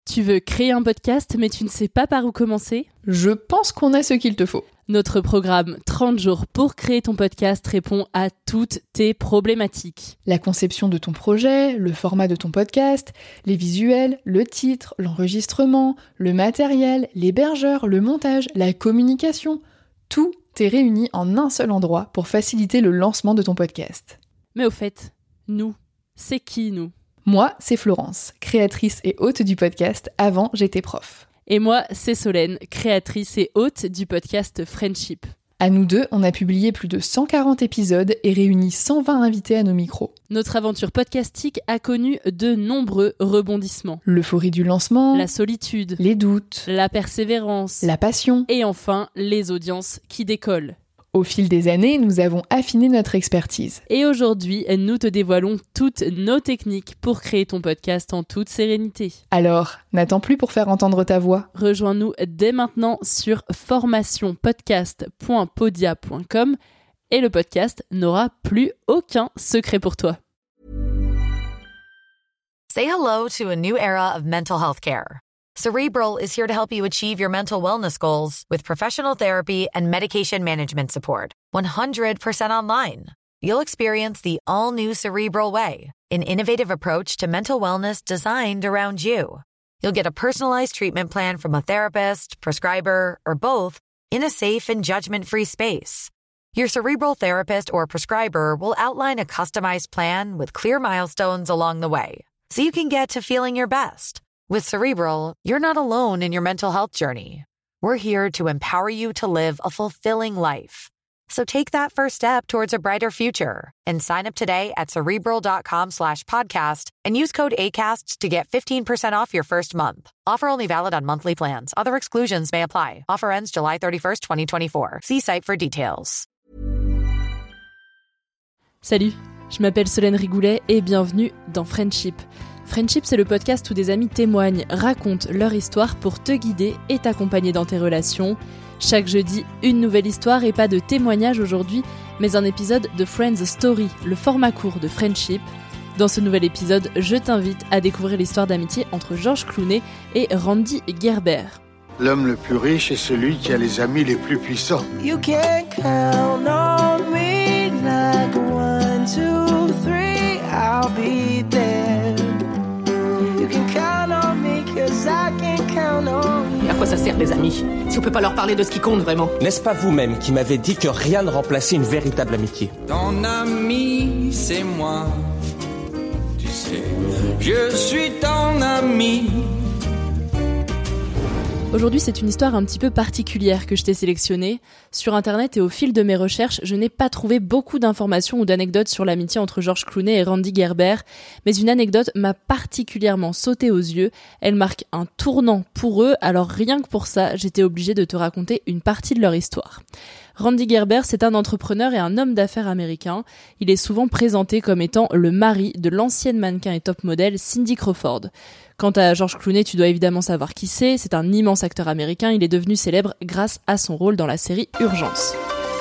Tu veux créer un podcast mais tu ne sais pas par où commencer ? Je pense qu'on a ce qu'il te faut. Notre programme 30 jours pour créer ton podcast répond à toutes tes problématiques. La conception de ton projet, le format de ton podcast, les visuels, le titre, l'enregistrement, le matériel, l'hébergeur, le montage, la communication, tout est réuni en un seul endroit pour faciliter le lancement de ton podcast. Mais au fait, nous, c'est qui nous ? Moi, c'est Florence, créatrice et hôte du podcast Avant j'étais prof. Et moi, c'est Solène, créatrice et hôte du podcast Friendship. À nous deux, on a publié plus de 140 épisodes et réuni 120 invités à nos micros. Notre aventure podcastique a connu de nombreux rebondissements. L'euphorie du lancement, la solitude, les doutes, la persévérance, la passion et enfin les audiences qui décollent. Au fil des années, nous avons affiné notre expertise. Et aujourd'hui, nous te dévoilons toutes nos techniques pour créer ton podcast en toute sérénité. Alors, n'attends plus pour faire entendre ta voix. Rejoins-nous dès maintenant sur formationpodcast.podia.com et le podcast n'aura plus aucun secret pour toi. Say hello to a new era of mental health care. Cerebral is here to help you achieve your mental wellness goals with professional therapy and medication management support. 100% online. You'll experience the all-new Cerebral Way, an innovative approach to mental wellness designed around you. You'll get a personalized treatment plan from a therapist, prescriber, or both in a safe and judgment-free space. Your Cerebral therapist or prescriber will outline a customized plan with clear milestones along the way, so you can get to feeling your best. With Cerebral, you're not alone in your mental health journey. We're here to empower you to live a fulfilling life. So take that first step towards a brighter future and sign up today at Cerebral.com/podcast and use code ACAST to get 15% off your first month. Offer only valid on monthly plans. Other exclusions may apply. Offer ends July 31st, 2024. See site for details. Salut, je m'appelle Solène Rigoulet et bienvenue dans Friendship. Friendship, c'est le podcast où des amis témoignent, racontent leur histoire pour te guider et t'accompagner dans tes relations. Chaque jeudi, une nouvelle histoire et pas de témoignage aujourd'hui, mais un épisode de Friends Story, le format court de Friendship. Dans ce nouvel épisode, je t'invite à découvrir l'histoire d'amitié entre George Clooney et Randy Gerber. L'homme le plus riche est celui qui a les amis les plus puissants. You can count on me like 1, 2, 3, I'll be there. Et à quoi ça sert les amis, si on peut pas leur parler de ce qui compte vraiment? N'est-ce pas vous-même qui m'avez dit que rien ne remplaçait une véritable amitié? Ton ami, c'est moi. Tu sais, je suis ton ami. Aujourd'hui, c'est une histoire un petit peu particulière que je t'ai sélectionnée. Sur internet et au fil de mes recherches, je n'ai pas trouvé beaucoup d'informations ou d'anecdotes sur l'amitié entre George Clooney et Randy Gerber, mais une anecdote m'a particulièrement sauté aux yeux. Elle marque un tournant pour eux, alors rien que pour ça, j'étais obligée de te raconter une partie de leur histoire. Randy Gerber, c'est un entrepreneur et un homme d'affaires américain. Il est souvent présenté comme étant le mari de l'ancienne mannequin et top modèle Cindy Crawford. Quant à George Clooney, tu dois évidemment savoir qui c'est un immense acteur américain, il est devenu célèbre grâce à son rôle dans la série Urgence.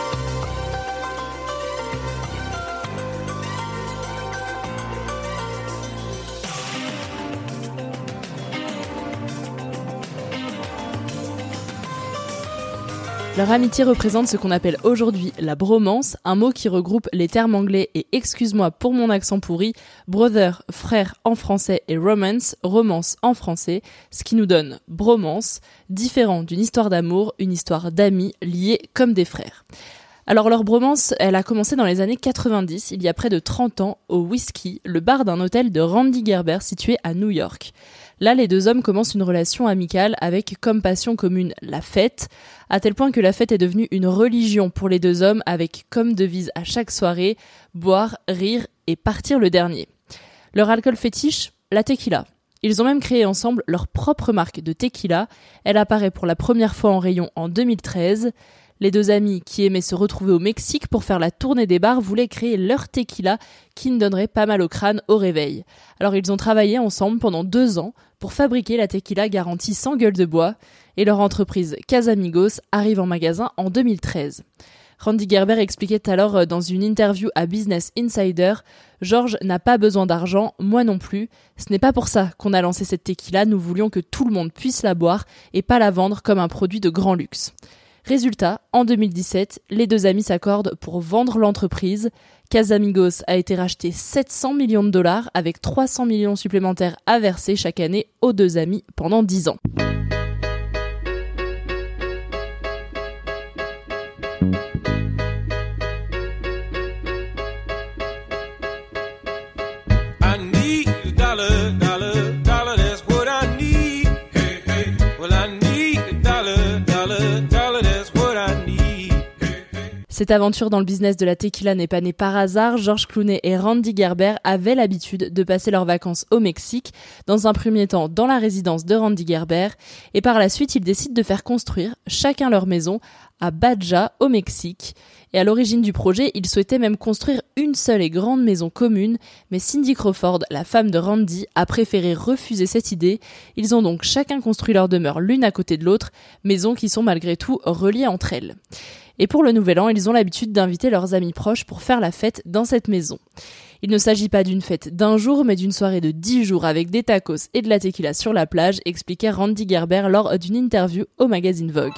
Leur amitié représente ce qu'on appelle aujourd'hui la bromance, un mot qui regroupe les termes anglais et, excuse-moi pour mon accent pourri, brother, frère en français et romance, romance en français, ce qui nous donne bromance, différent d'une histoire d'amour, une histoire d'amis liés comme des frères. Alors leur bromance, elle a commencé dans les années 90, il y a près de 30 ans, au Whiskey, le bar d'un hôtel de Randy Gerber situé à New York. Là, les deux hommes commencent une relation amicale avec comme passion commune la fête, à tel point que la fête est devenue une religion pour les deux hommes avec comme devise à chaque soirée, boire, rire et partir le dernier. Leur alcool fétiche, la tequila. Ils ont même créé ensemble leur propre marque de tequila. Elle apparaît pour la première fois en rayon en 2013. Les deux amis qui aimaient se retrouver au Mexique pour faire la tournée des bars voulaient créer leur tequila qui ne donnerait pas mal au crâne au réveil. Alors ils ont travaillé ensemble pendant 2 ans pour fabriquer la tequila garantie sans gueule de bois et leur entreprise Casamigos arrive en magasin en 2013. Randy Gerber expliquait alors dans une interview à Business Insider « George n'a pas besoin d'argent, moi non plus. Ce n'est pas pour ça qu'on a lancé cette tequila, nous voulions que tout le monde puisse la boire et pas la vendre comme un produit de grand luxe. » Résultat, en 2017, les deux amis s'accordent pour vendre l'entreprise. Casamigos a été racheté 700 millions de dollars avec 300 millions supplémentaires à verser chaque année aux deux amis pendant 10 ans. Cette aventure dans le business de la tequila n'est pas née par hasard. George Clooney et Randy Gerber avaient l'habitude de passer leurs vacances au Mexique, dans un premier temps dans la résidence de Randy Gerber, et par la suite ils décident de faire construire chacun leur maison à Baja, au Mexique. Et à l'origine du projet, ils souhaitaient même construire une seule et grande maison commune, mais Cindy Crawford, la femme de Randy, a préféré refuser cette idée. Ils ont donc chacun construit leur demeure l'une à côté de l'autre, maisons qui sont malgré tout reliées entre elles. Et pour le Nouvel An, ils ont l'habitude d'inviter leurs amis proches pour faire la fête dans cette maison. Il ne s'agit pas d'une fête d'un jour, mais d'une soirée de 10 jours avec des tacos et de la tequila sur la plage, expliquait Randy Gerber lors d'une interview au magazine Vogue.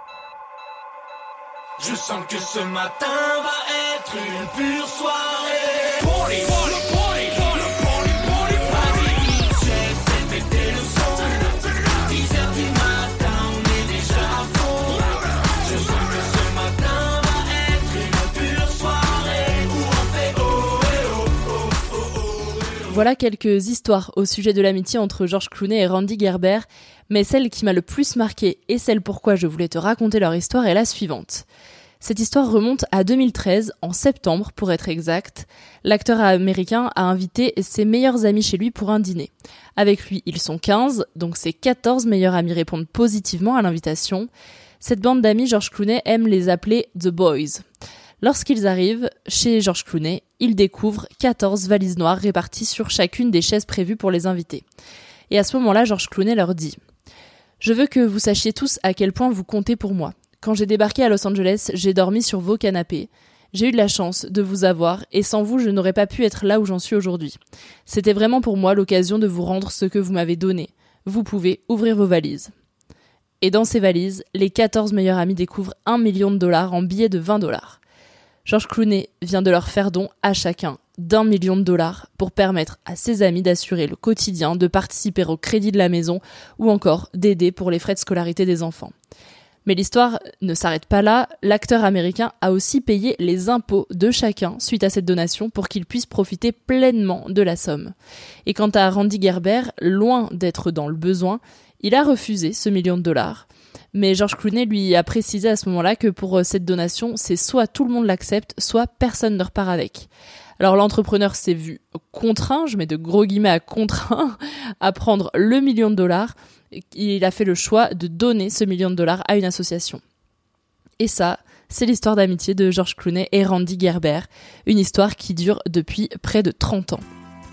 Je sens que ce matin va être une pure soirée. Party, party, party, party, party, party, vas-y, j'ai pété le son. 10h du matin, on est déjà à fond. Je sens que ce matin va être une pure soirée où on fait oh et oh oh oh oh. Voilà quelques histoires au sujet de l'amitié entre George Clooney et Randy Gerber, mais celle qui m'a le plus marquée et celle pourquoi je voulais te raconter leur histoire est la suivante. Cette histoire remonte à 2013, en septembre pour être exact. L'acteur américain a invité ses meilleurs amis chez lui pour un dîner. Avec lui, ils sont 15, donc ses 14 meilleurs amis répondent positivement à l'invitation. Cette bande d'amis, George Clooney aime les appeler « The Boys ». Lorsqu'ils arrivent chez George Clooney, ils découvrent 14 valises noires réparties sur chacune des chaises prévues pour les invités. Et à ce moment-là, George Clooney leur dit « Je veux que vous sachiez tous à quel point vous comptez pour moi. Quand j'ai débarqué à Los Angeles, j'ai dormi sur vos canapés. J'ai eu de la chance de vous avoir et sans vous, je n'aurais pas pu être là où j'en suis aujourd'hui. C'était vraiment pour moi l'occasion de vous rendre ce que vous m'avez donné. Vous pouvez ouvrir vos valises. » Et dans ces valises, les 14 meilleurs amis découvrent $1 million en billets de $20. George Clooney vient de leur faire don à chacun d'$1 million pour permettre à ses amis d'assurer le quotidien, de participer au crédit de la maison ou encore d'aider pour les frais de scolarité des enfants. Mais l'histoire ne s'arrête pas là, l'acteur américain a aussi payé les impôts de chacun suite à cette donation pour qu'il puisse profiter pleinement de la somme. Et quant à Randy Gerber, loin d'être dans le besoin, il a refusé ce $1 million. Mais George Clooney lui a précisé à ce moment-là que pour cette donation, c'est soit tout le monde l'accepte, soit personne ne repart avec. Alors l'entrepreneur s'est vu contraint, je mets de gros guillemets à contraint, à prendre le $1 million. Il a fait le choix de donner ce $1 million à une association. Et ça, c'est l'histoire d'amitié de George Clooney et Randy Gerber, une histoire qui dure depuis près de 30 ans.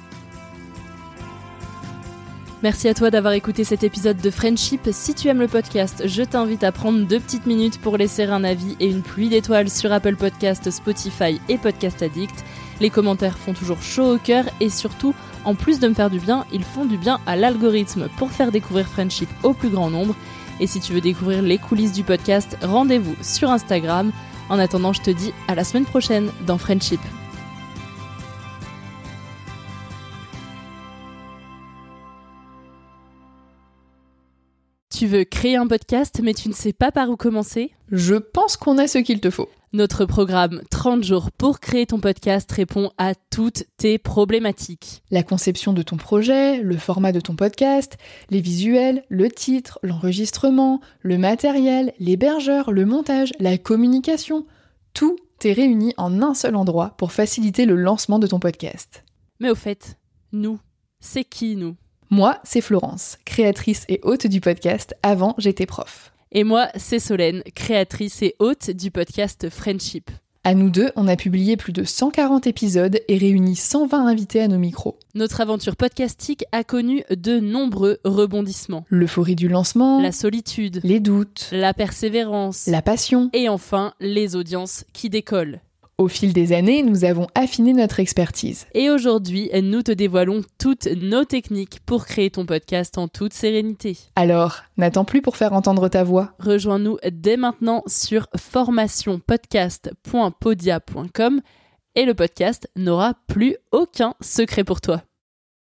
Merci à toi d'avoir écouté cet épisode de Friendship. Si tu aimes le podcast, je t'invite à prendre 2 petites minutes pour laisser un avis et une pluie d'étoiles sur Apple Podcasts, Spotify et Podcast Addict. Les commentaires font toujours chaud au cœur et surtout, en plus de me faire du bien, ils font du bien à l'algorithme pour faire découvrir Friendship au plus grand nombre. Et si tu veux découvrir les coulisses du podcast, rendez-vous sur Instagram. En attendant, je te dis à la semaine prochaine dans Friendship. Tu veux créer un podcast, mais tu ne sais pas par où commencer ? Je pense qu'on a ce qu'il te faut. Notre programme 30 jours pour créer ton podcast répond à toutes tes problématiques. La conception de ton projet, le format de ton podcast, les visuels, le titre, l'enregistrement, le matériel, l'hébergeur, le montage, la communication, tout est réuni en un seul endroit pour faciliter le lancement de ton podcast. Mais au fait, nous, c'est qui nous ? Moi, c'est Florence, créatrice et hôte du podcast Avant j'étais prof. Et moi, c'est Solène, créatrice et hôte du podcast Friendship. À nous deux, on a publié plus de 140 épisodes et réuni 120 invités à nos micros. Notre aventure podcastique a connu de nombreux rebondissements. L'euphorie du lancement, La solitude, les doutes, la persévérance, la passion. et enfin les audiences qui décollent. Au fil des années, nous avons affiné notre expertise. Et aujourd'hui, nous te dévoilons toutes nos techniques pour créer ton podcast en toute sérénité. Alors, n'attends plus pour faire entendre ta voix. Rejoins-nous dès maintenant sur formationpodcast.podia.com et le podcast n'aura plus aucun secret pour toi.